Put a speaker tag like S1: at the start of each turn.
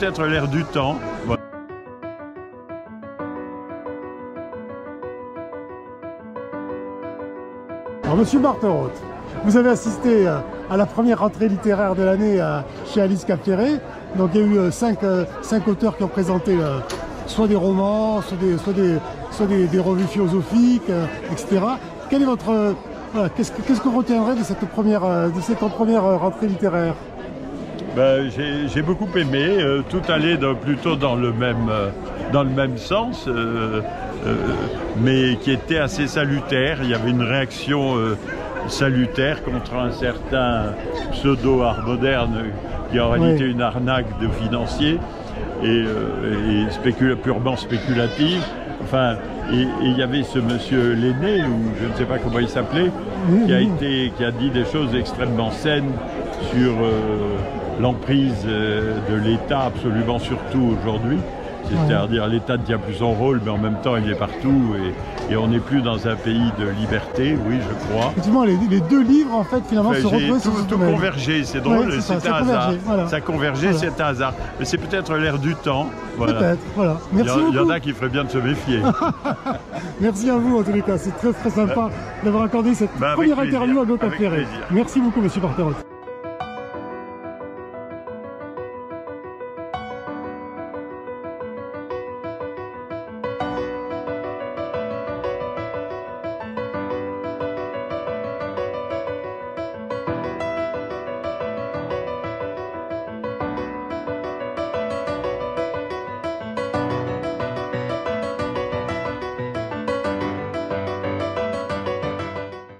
S1: peut-être l'air du temps. Voilà.
S2: Alors, Monsieur Bartheroth, vous avez assisté à la première rentrée littéraire de l'année chez Alice Cap-Ferré. Donc il y a eu cinq auteurs qui ont présenté soit des romans, soit des revues philosophiques, etc. Quel est votre voilà, qu'est-ce que vous retiendrez de cette première rentrée littéraire?
S1: Ben, j'ai beaucoup aimé, tout allait plutôt dans le même sens, mais qui était assez salutaire. Il y avait une réaction salutaire contre un certain pseudo-art moderne qui est en réalité une arnaque de financiers et purement spéculative. Enfin, et il y avait ce monsieur Lenné, ou je ne sais pas comment il s'appelait, qui a dit des choses extrêmement saines sur l'emprise de l'État, absolument surtout aujourd'hui. C'est-à-dire l'État ne tient plus son rôle, mais en même temps il est partout et on n'est plus dans un pays de liberté, oui je crois.
S2: Effectivement, les deux livres en fait finalement se retrouvent sur
S1: tout convergé, c'est drôle, c'est un hasard.
S2: Voilà.
S1: Ça convergeait, voilà. C'est un hasard. Mais c'est peut-être l'air du temps. Voilà.
S2: Peut-être, voilà. Merci beaucoup.
S1: Il y en a qui feraient bien de se méfier.
S2: Merci à vous en tous les cas, c'est très sympa d'avoir accordé cette première interview à Go Cap-Ferré. Merci beaucoup Monsieur Bartheroth.